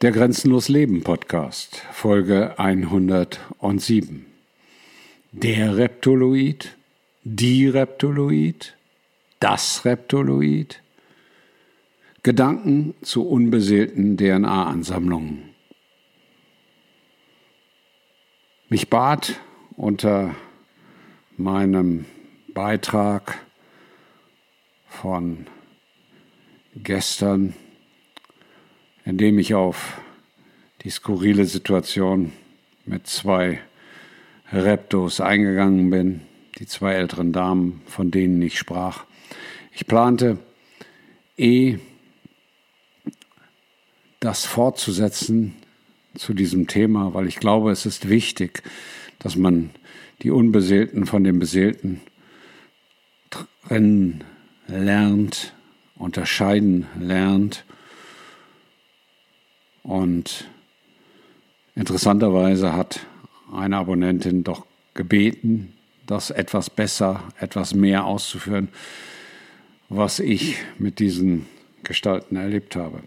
Der Grenzenlos Leben Podcast, Folge 107. Der Reptoloid, die Reptoloid, das Reptoloid, Gedanken zu unbeseelten DNA-Ansammlungen. Mich bat unter meinem Beitrag von gestern, in dem ich auf die skurrile Situation mit 2 Reptos eingegangen bin, die 2 älteren Damen, von denen ich sprach. Ich plante, das fortzusetzen zu diesem Thema, weil ich glaube, es ist wichtig, dass man die Unbeseelten von den Beseelten trennen lernt, unterscheiden lernt. Und interessanterweise hat eine Abonnentin doch gebeten, das etwas besser, etwas mehr auszuführen, was ich mit diesen Gestalten erlebt habe.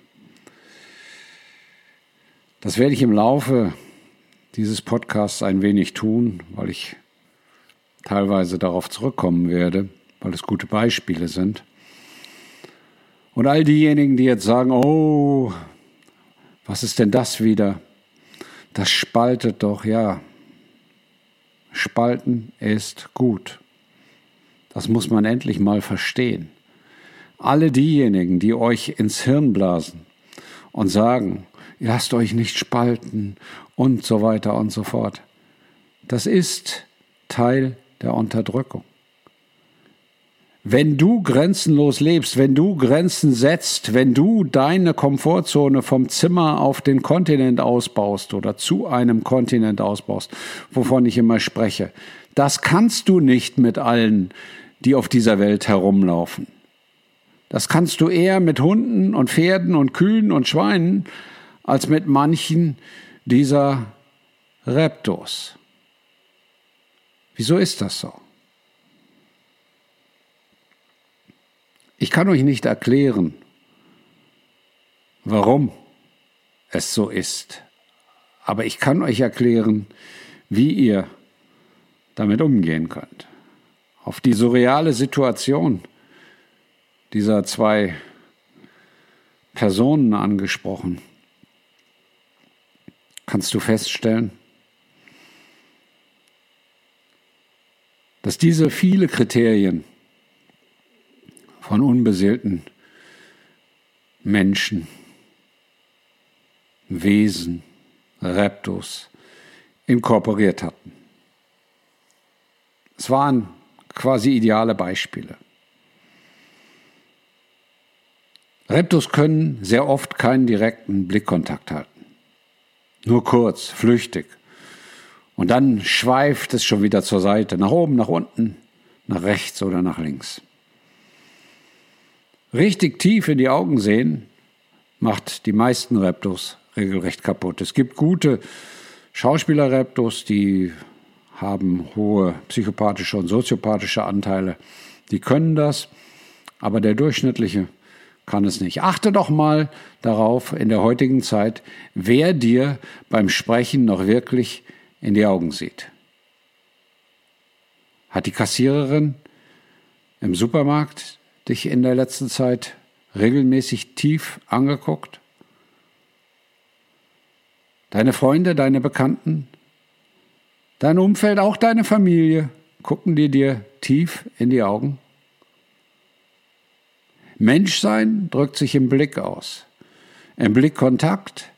Das werde ich im Laufe dieses Podcasts ein wenig tun, weil ich teilweise darauf zurückkommen werde, weil es gute Beispiele sind. Und all diejenigen, die jetzt sagen, oh, was ist denn das wieder? Das spaltet doch, ja. Spalten ist gut. Das muss man endlich mal verstehen. Alle diejenigen, die euch ins Hirn blasen und sagen, lasst euch nicht spalten und so weiter und so fort. Das ist Teil der Unterdrückung. Wenn du grenzenlos lebst, wenn du Grenzen setzt, wenn du deine Komfortzone vom Zimmer auf den Kontinent ausbaust oder zu einem Kontinent ausbaust, wovon ich immer spreche, das kannst du nicht mit allen, die auf dieser Welt herumlaufen. Das kannst du eher mit Hunden und Pferden und Kühen und Schweinen als mit manchen dieser Reptos. Wieso ist das so? Ich kann euch nicht erklären, warum es so ist, aber ich kann euch erklären, wie ihr damit umgehen könnt. Auf die surreale Situation dieser 2 Personen angesprochen, kannst du feststellen, dass diese viele Kriterien von unbeseelten Menschen, Wesen, Reptos inkorporiert hatten. Es waren quasi ideale Beispiele. Reptos können sehr oft keinen direkten Blickkontakt halten. Nur kurz, flüchtig. Und dann schweift es schon wieder zur Seite, nach oben, nach unten, nach rechts oder nach links. Richtig tief in die Augen sehen macht die meisten Reptos regelrecht kaputt. Es gibt gute Schauspieler-Reptos, die haben hohe psychopathische und soziopathische Anteile. Die können das, aber der Durchschnittliche kann es nicht. Achte doch mal darauf in der heutigen Zeit, wer dir beim Sprechen noch wirklich in die Augen sieht. Hat die Kassiererin im Supermarkt dich in der letzten Zeit regelmäßig tief angeguckt? Deine Freunde, deine Bekannten, dein Umfeld, auch deine Familie, gucken dir tief in die Augen? Menschsein drückt sich im Blick aus, im Blickkontakt,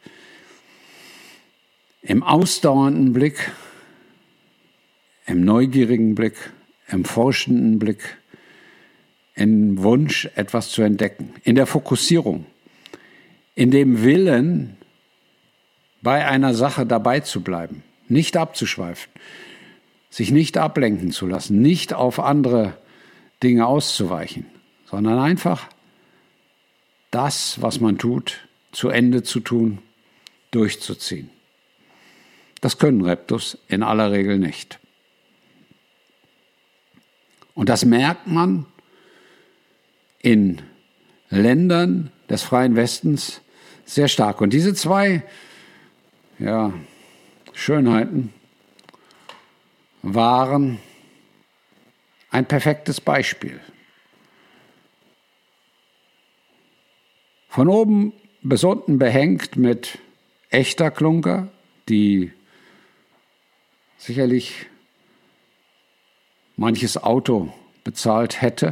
im ausdauernden Blick, im neugierigen Blick, im forschenden Blick, im Wunsch, etwas zu entdecken, in der Fokussierung, in dem Willen, bei einer Sache dabei zu bleiben, nicht abzuschweifen, sich nicht ablenken zu lassen, nicht auf andere Dinge auszuweichen, sondern einfach das, was man tut, zu Ende zu tun, durchzuziehen. Das können Reptos in aller Regel nicht. Und das merkt man in Ländern des Freien Westens sehr stark. Und diese zwei Schönheiten waren ein perfektes Beispiel. Von oben bis unten behängt mit echter Klunker, die sicherlich manches Auto bezahlt hätte,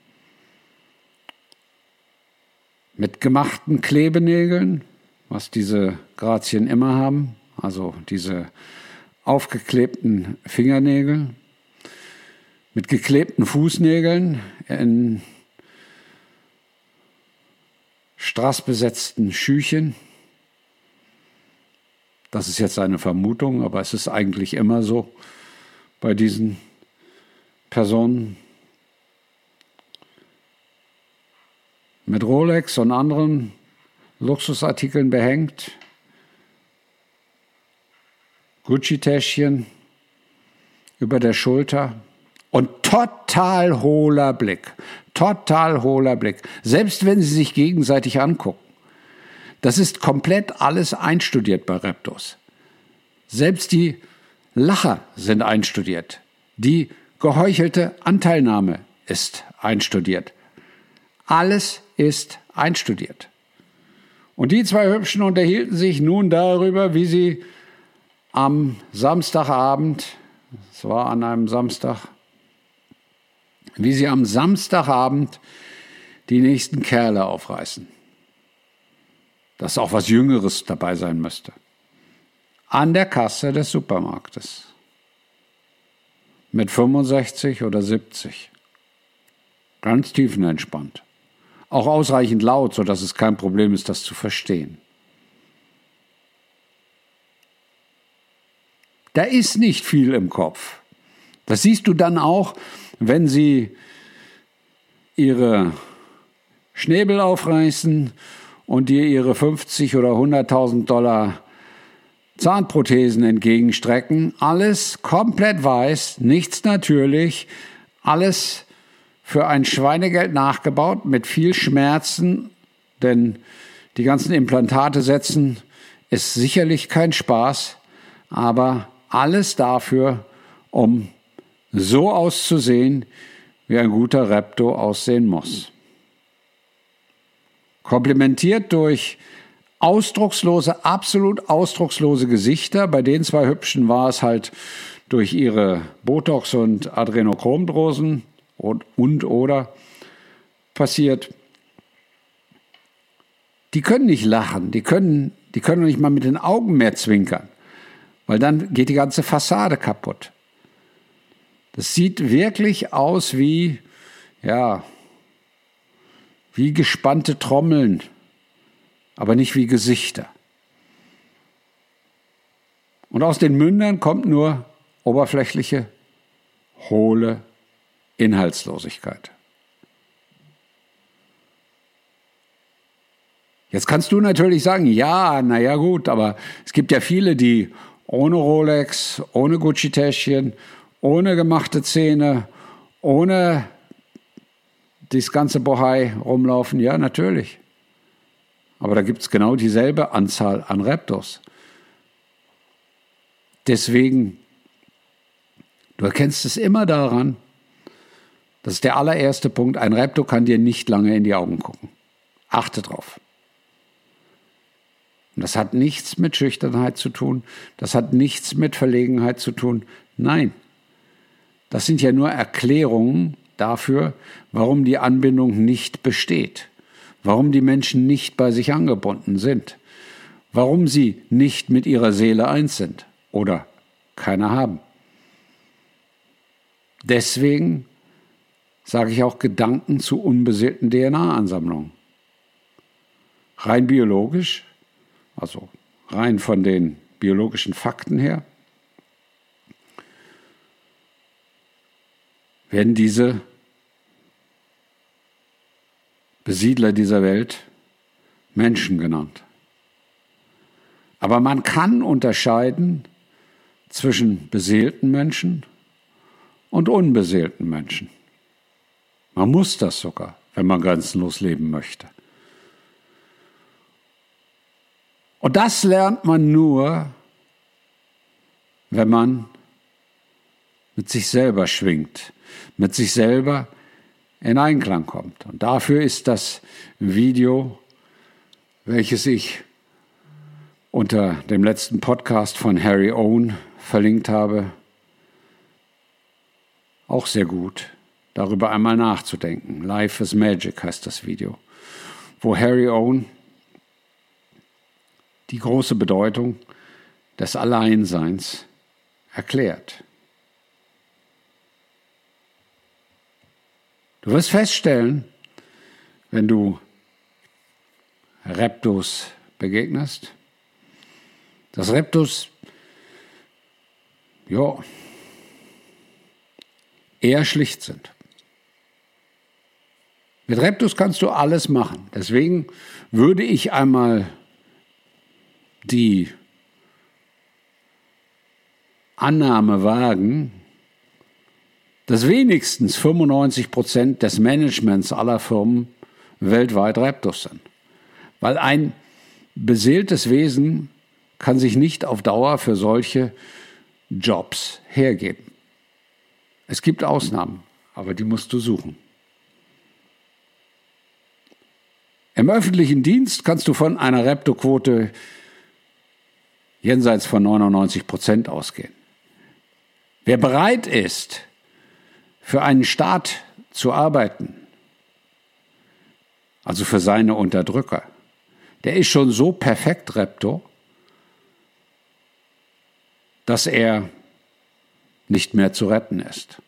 mit gemachten Klebenägeln, was diese Grazien immer haben, also diese aufgeklebten Fingernägel, mit geklebten Fußnägeln in strassbesetzten Schüchen. Das ist jetzt eine Vermutung, aber es ist eigentlich immer so bei diesen Personen. Mit Rolex und anderen Luxusartikeln behängt, Gucci-Täschchen über der Schulter und total hohler Blick. Total hohler Blick. Selbst wenn sie sich gegenseitig angucken. Das ist komplett alles einstudiert bei Reptos. Selbst die Lacher sind einstudiert. Die geheuchelte Anteilnahme ist einstudiert. Alles ist einstudiert. Und die zwei Hübschen unterhielten sich nun darüber, wie sie am Samstagabend, es war an einem Samstag, wie sie am Samstagabend die nächsten Kerle aufreißen. Dass auch was Jüngeres dabei sein müsste. An der Kasse des Supermarktes. Mit 65 oder 70. Ganz tiefenentspannt. Auch ausreichend laut, sodass es kein Problem ist, das zu verstehen. Da ist nicht viel im Kopf. Das siehst du dann auch, wenn sie ihre Schnäbel aufreißen und dir ihre 50 oder 100.000 Dollar Zahnprothesen entgegenstrecken. Alles komplett weiß, nichts natürlich, alles für ein Schweinegeld nachgebaut, mit viel Schmerzen, denn die ganzen Implantate setzen ist sicherlich kein Spaß, aber alles dafür, um so auszusehen, wie ein guter Repto aussehen muss. Komplementiert durch absolut ausdruckslose Gesichter. Bei den zwei Hübschen war es halt durch ihre Botox- und Adrenochromdrosen oder passiert. Die können nicht lachen, die können nicht mal mit den Augen mehr zwinkern, weil dann geht die ganze Fassade kaputt. Das sieht wirklich aus wie gespannte Trommeln, aber nicht wie Gesichter. Und aus den Mündern kommt nur oberflächliche, hohle Inhaltslosigkeit. Jetzt kannst du natürlich sagen, ja gut, aber es gibt ja viele, die ohne Rolex, ohne Gucci-Täschchen, ohne gemachte Zähne, ohne das ganze Bohai rumlaufen. Ja, natürlich. Aber da gibt es genau dieselbe Anzahl an Reptos. Deswegen, du erkennst es immer daran, das ist der allererste Punkt, ein Repto kann dir nicht lange in die Augen gucken. Achte drauf. Und das hat nichts mit Schüchternheit zu tun, das hat nichts mit Verlegenheit zu tun. Nein, das sind ja nur Erklärungen dafür, warum die Anbindung nicht besteht, warum die Menschen nicht bei sich angebunden sind, warum sie nicht mit ihrer Seele eins sind oder keine haben. Deswegen sage ich auch Gedanken zu unbeseelten DNA-Ansammlungen. Rein biologisch, also rein von den biologischen Fakten her, werden diese Besiedler dieser Welt Menschen genannt. Aber man kann unterscheiden zwischen beseelten Menschen und unbeseelten Menschen. Man muss das sogar, wenn man grenzenlos leben möchte. Und das lernt man nur, wenn man mit sich selber schwingt, mit sich selber in Einklang kommt. Und dafür ist das Video, welches ich unter dem letzten Podcast von Harry Owen verlinkt habe, auch sehr gut, darüber einmal nachzudenken. Life is Magic heißt das Video, wo Harry Owen die große Bedeutung des Alleinseins erklärt. Du wirst feststellen, wenn du Reptus begegnest, dass Reptus eher schlicht sind. Mit Reptus kannst du alles machen. Deswegen würde ich einmal die Annahme wagen, dass wenigstens 95% des Managements aller Firmen weltweit Reptus sind. Weil ein beseeltes Wesen kann sich nicht auf Dauer für solche Jobs hergeben. Es gibt Ausnahmen, aber die musst du suchen. Im öffentlichen Dienst kannst du von einer Reptoquote jenseits von 99% ausgehen. Wer bereit ist, für einen Staat zu arbeiten, also für seine Unterdrücker, der ist schon so perfekt Repto, dass er nicht mehr zu retten ist.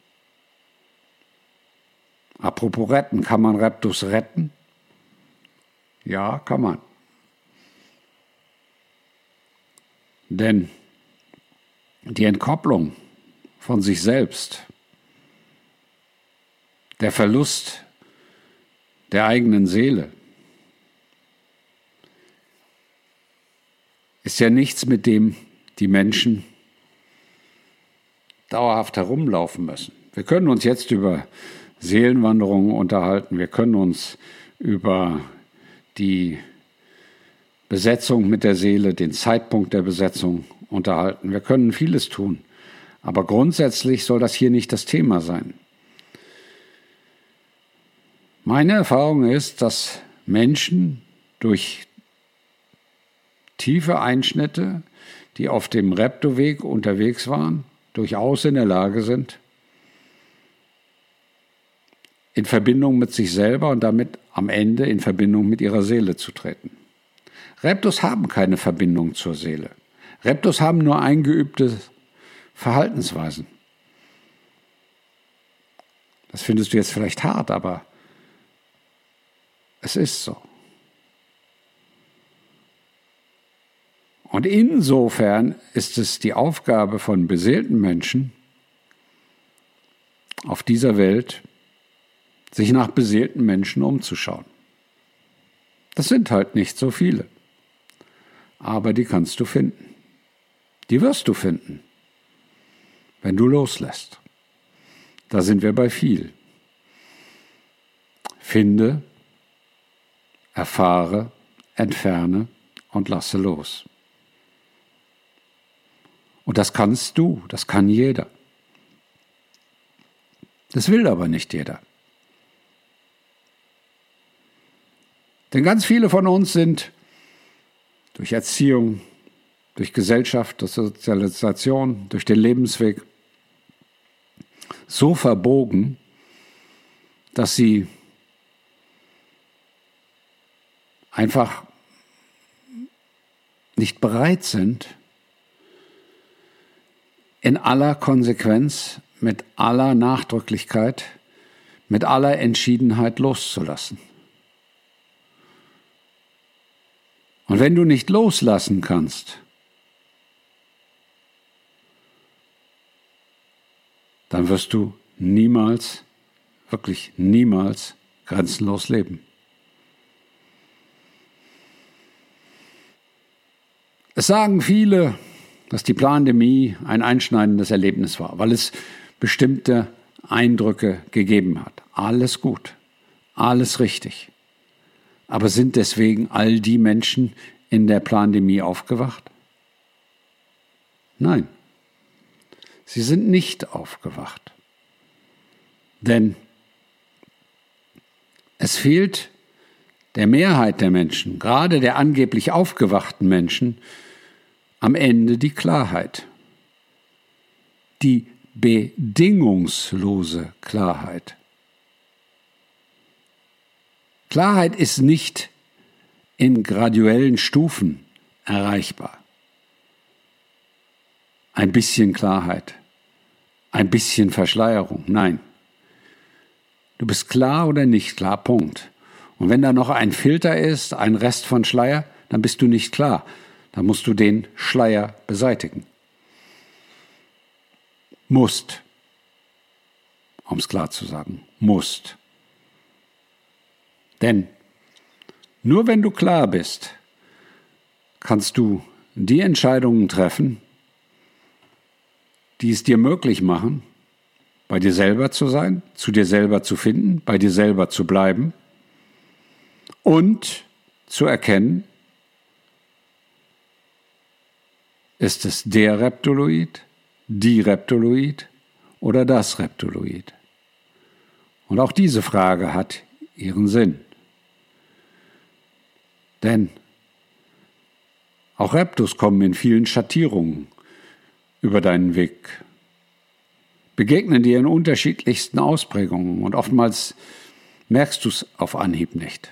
Apropos retten, kann man Reptus retten? Ja, kann man. Denn die Entkopplung von sich selbst, der Verlust der eigenen Seele, ist ja nichts, mit dem die Menschen dauerhaft herumlaufen müssen. Wir können uns jetzt über Seelenwanderungen unterhalten, wir können uns über die Besetzung mit der Seele, den Zeitpunkt der Besetzung unterhalten. Wir können vieles tun, aber grundsätzlich soll das hier nicht das Thema sein. Meine Erfahrung ist, dass Menschen durch tiefe Einschnitte, die auf dem Reptoweg unterwegs waren, durchaus in der Lage sind, in Verbindung mit sich selber und damit am Ende in Verbindung mit ihrer Seele zu treten. Reptos haben keine Verbindung zur Seele. Reptos haben nur eingeübte Verhaltensweisen. Das findest du jetzt vielleicht hart, aber es ist so. Und insofern ist es die Aufgabe von beseelten Menschen auf dieser Welt, sich nach beseelten Menschen umzuschauen. Das sind halt nicht so viele. Aber die kannst du finden. Die wirst du finden, wenn du loslässt. Da sind wir bei viel. Finde, erfahre, entferne und lasse los. Und das kannst du, das kann jeder. Das will aber nicht jeder. Denn ganz viele von uns sind durch Erziehung, durch Gesellschaft, durch Sozialisation, durch den Lebensweg so verbogen, dass sie einfach nicht bereit sind, in aller Konsequenz, mit aller Nachdrücklichkeit, mit aller Entschiedenheit loszulassen. Und wenn du nicht loslassen kannst, dann wirst du niemals, wirklich niemals grenzenlos leben. Es sagen viele, dass die Pandemie ein einschneidendes Erlebnis war, weil es bestimmte Eindrücke gegeben hat. Alles gut, alles richtig. Aber sind deswegen all die Menschen in der Plandemie aufgewacht? Nein, sie sind nicht aufgewacht. Denn es fehlt der Mehrheit der Menschen, gerade der angeblich aufgewachten Menschen, am Ende die Klarheit. Die bedingungslose Klarheit. Klarheit ist nicht in graduellen Stufen erreichbar. Ein bisschen Klarheit, ein bisschen Verschleierung, nein. Du bist klar oder nicht klar, Punkt. Und wenn da noch ein Filter ist, ein Rest von Schleier, dann bist du nicht klar. Dann musst du den Schleier beseitigen. Musst. Um es klar zu sagen, musst. Denn nur wenn du klar bist, kannst du die Entscheidungen treffen, die es dir möglich machen, bei dir selber zu sein, zu dir selber zu finden, bei dir selber zu bleiben und zu erkennen, ist es der Reptiloid, die Reptiloid oder das Reptiloid? Und auch diese Frage hat ihren Sinn. Denn auch Reptus kommen in vielen Schattierungen über deinen Weg, begegnen dir in unterschiedlichsten Ausprägungen und oftmals merkst du es auf Anhieb nicht.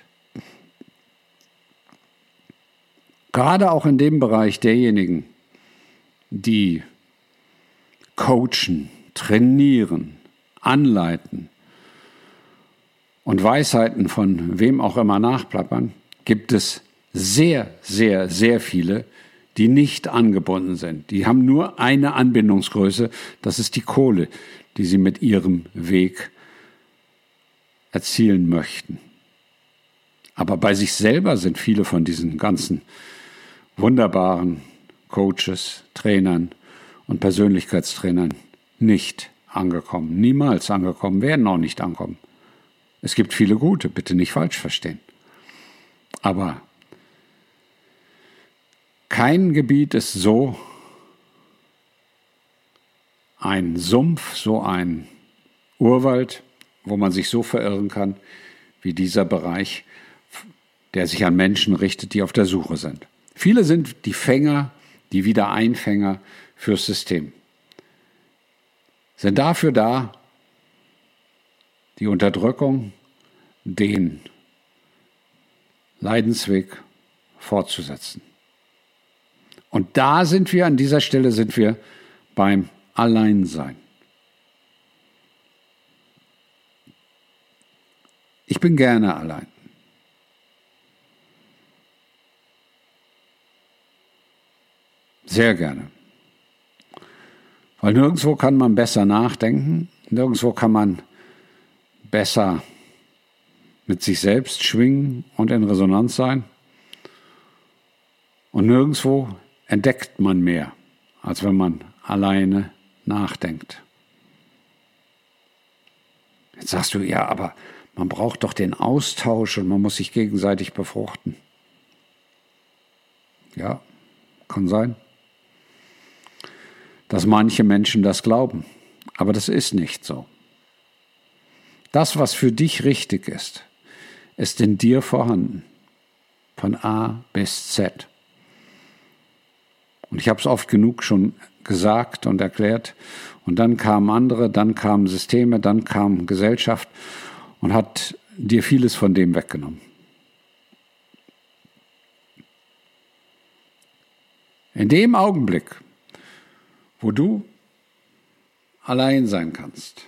Gerade auch in dem Bereich derjenigen, die coachen, trainieren, anleiten und Weisheiten von wem auch immer nachplappern, gibt es sehr, sehr, sehr viele, die nicht angebunden sind. Die haben nur eine Anbindungsgröße, das ist die Kohle, die sie mit ihrem Weg erzielen möchten. Aber bei sich selber sind viele von diesen ganzen wunderbaren Coaches, Trainern und Persönlichkeitstrainern nicht angekommen, niemals angekommen, werden auch nicht ankommen. Es gibt viele gute, bitte nicht falsch verstehen. Aber kein Gebiet ist so ein Sumpf, so ein Urwald, wo man sich so verirren kann, wie dieser Bereich, der sich an Menschen richtet, die auf der Suche sind. Viele sind die Fänger, die Wiedereinfänger fürs System. Sind dafür da, die Unterdrückung, den Leidensweg fortzusetzen. Und da sind wir, an dieser Stelle sind wir beim Alleinsein. Ich bin gerne allein. Sehr gerne. Weil nirgendwo kann man besser nachdenken, nirgendwo kann man besser mit sich selbst schwingen und in Resonanz sein. Und nirgendwo entdeckt man mehr, als wenn man alleine nachdenkt. Jetzt sagst du, ja, aber man braucht doch den Austausch und man muss sich gegenseitig befruchten. Ja, kann sein, dass manche Menschen das glauben, aber das ist nicht so. Das, was für dich richtig ist, ist in dir vorhanden, von A bis Z. Und ich habe es oft genug schon gesagt und erklärt. Und dann kamen andere, dann kamen Systeme, dann kam Gesellschaft und hat dir vieles von dem weggenommen. In dem Augenblick, wo du allein sein kannst,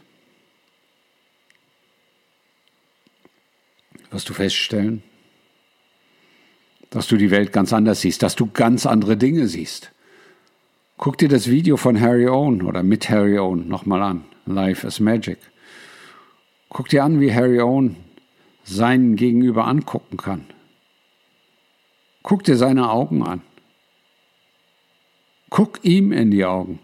wirst du feststellen, dass du die Welt ganz anders siehst, dass du ganz andere Dinge siehst. Guck dir das Video von Harry Owen oder mit Harry Owen nochmal an, Life is Magic. Guck dir an, wie Harry Owen seinen Gegenüber angucken kann. Guck dir seine Augen an. Guck ihm in die Augen.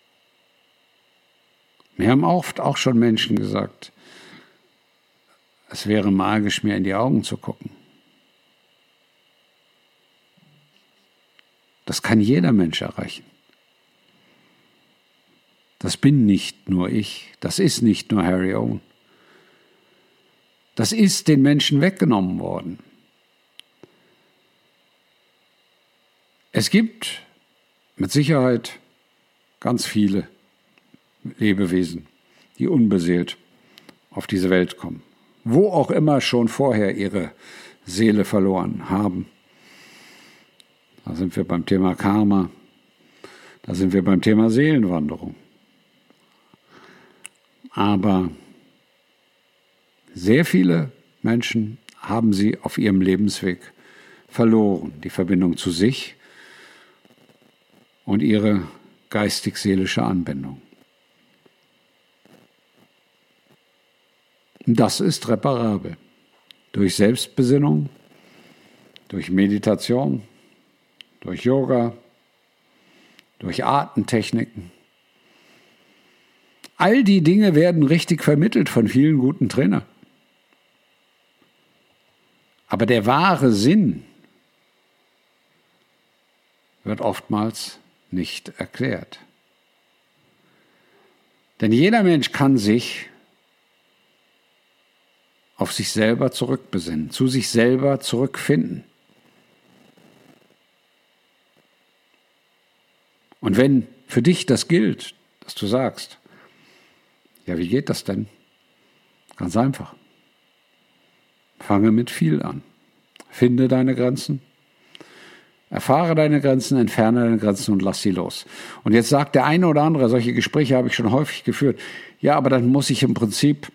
Mir haben oft auch schon Menschen gesagt, es wäre magisch, mir in die Augen zu gucken. Das kann jeder Mensch erreichen. Das bin nicht nur ich, das ist nicht nur Harry Owen. Das ist den Menschen weggenommen worden. Es gibt mit Sicherheit ganz viele Lebewesen, die unbeseelt auf diese Welt kommen, wo auch immer schon vorher ihre Seele verloren haben. Da sind wir beim Thema Karma, da sind wir beim Thema Seelenwanderung. Aber sehr viele Menschen haben sie auf ihrem Lebensweg verloren, die Verbindung zu sich und ihre geistig-seelische Anbindung. Das ist reparabel. Durch Selbstbesinnung, durch Meditation, durch Yoga, durch Atemtechniken. All die Dinge werden richtig vermittelt von vielen guten Trainern. Aber der wahre Sinn wird oftmals nicht erklärt. Denn jeder Mensch kann sich auf sich selber zurückbesinnen, zu sich selber zurückfinden. Und wenn für dich das gilt, dass du sagst, ja, wie geht das denn? Ganz einfach. Fange mit viel an. Finde deine Grenzen, erfahre deine Grenzen, entferne deine Grenzen und lass sie los. Und jetzt sagt der eine oder andere, solche Gespräche habe ich schon häufig geführt, ja, aber dann muss ich im Prinzip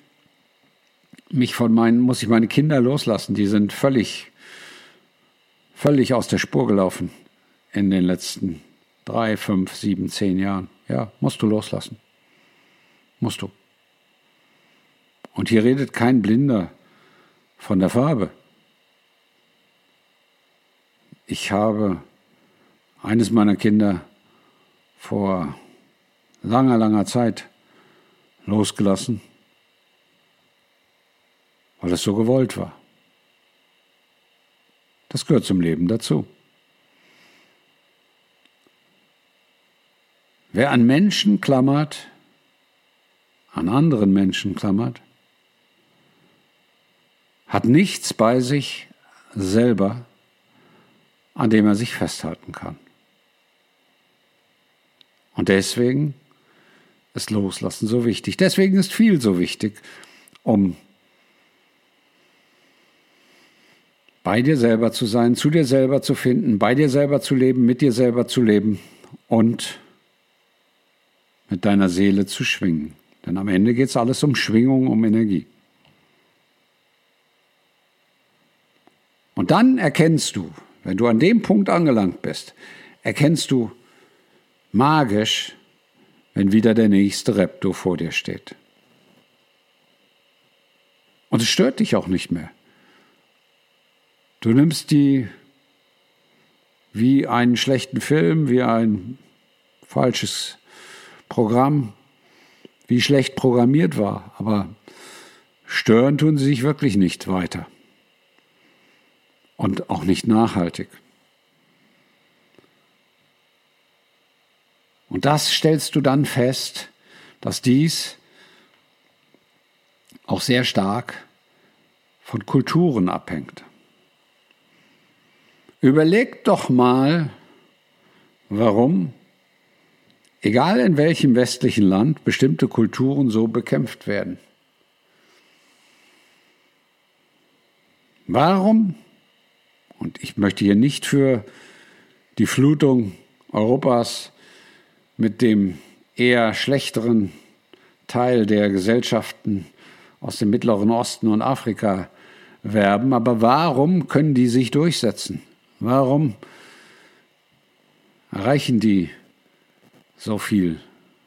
muss ich meine Kinder loslassen. Die sind völlig aus der Spur gelaufen in den letzten 3, 5, 7, 10 Jahren. Ja, musst du loslassen. Musst du. Und hier redet kein Blinder von der Farbe. Ich habe eines meiner Kinder vor langer, langer Zeit losgelassen, weil es so gewollt war. Das gehört zum Leben dazu. Wer an Menschen klammert, an anderen Menschen klammert, hat nichts bei sich selber, an dem er sich festhalten kann. Und deswegen ist Loslassen so wichtig. Deswegen ist viel so wichtig, um bei dir selber zu sein, zu dir selber zu finden, bei dir selber zu leben, mit dir selber zu leben und mit deiner Seele zu schwingen. Denn am Ende geht es alles um Schwingung, um Energie. Und dann erkennst du, wenn du an dem Punkt angelangt bist, erkennst du magisch, wenn wieder der nächste Repto vor dir steht. Und es stört dich auch nicht mehr. Du nimmst die wie einen schlechten Film, wie ein falsches Programm, wie schlecht programmiert war. Aber stören tun sie sich wirklich nicht weiter. Und auch nicht nachhaltig. Und das stellst du dann fest, dass dies auch sehr stark von Kulturen abhängt. Überleg doch mal, warum, egal in welchem westlichen Land, bestimmte Kulturen so bekämpft werden. Warum? Und ich möchte hier nicht für die Flutung Europas mit dem eher schlechteren Teil der Gesellschaften aus dem Mittleren Osten und Afrika werben, aber warum können die sich durchsetzen? Warum erreichen die so viel?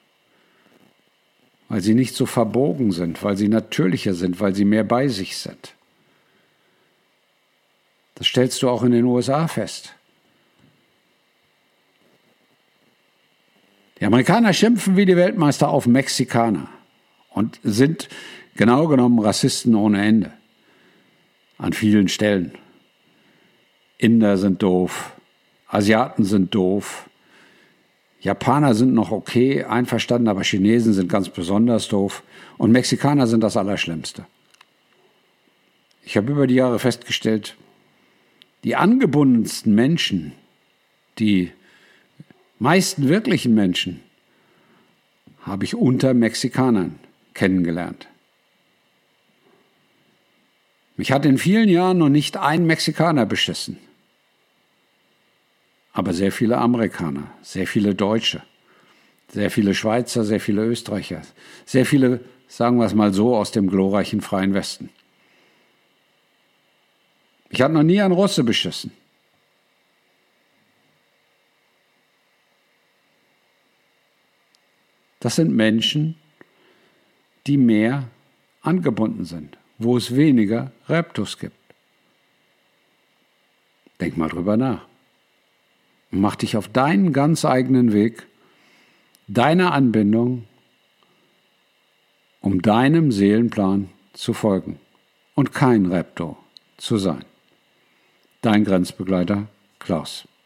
Weil sie nicht so verbogen sind, weil sie natürlicher sind, weil sie mehr bei sich sind. Das stellst du auch in den USA fest. Die Amerikaner schimpfen wie die Weltmeister auf Mexikaner und sind genau genommen Rassisten ohne Ende. an vielen Stellen. Inder sind doof, Asiaten sind doof, Japaner sind noch okay, einverstanden, aber Chinesen sind ganz besonders doof und Mexikaner sind das Allerschlimmste. Ich habe über die Jahre festgestellt, die angebundensten Menschen, die meisten wirklichen Menschen, habe ich unter Mexikanern kennengelernt. Mich hat in vielen Jahren noch nicht ein Mexikaner beschissen. Aber sehr viele Amerikaner, sehr viele Deutsche, sehr viele Schweizer, sehr viele Österreicher, sehr viele, sagen wir es mal so, aus dem glorreichen Freien Westen. Ich habe noch nie einen Russe beschissen. Das sind Menschen, die mehr angebunden sind, wo es weniger Reptus gibt. Denk mal drüber nach. Mach dich auf deinen ganz eigenen Weg, deiner Anbindung, um deinem Seelenplan zu folgen und kein Repto zu sein. Dein Grenzbegleiter Klaus.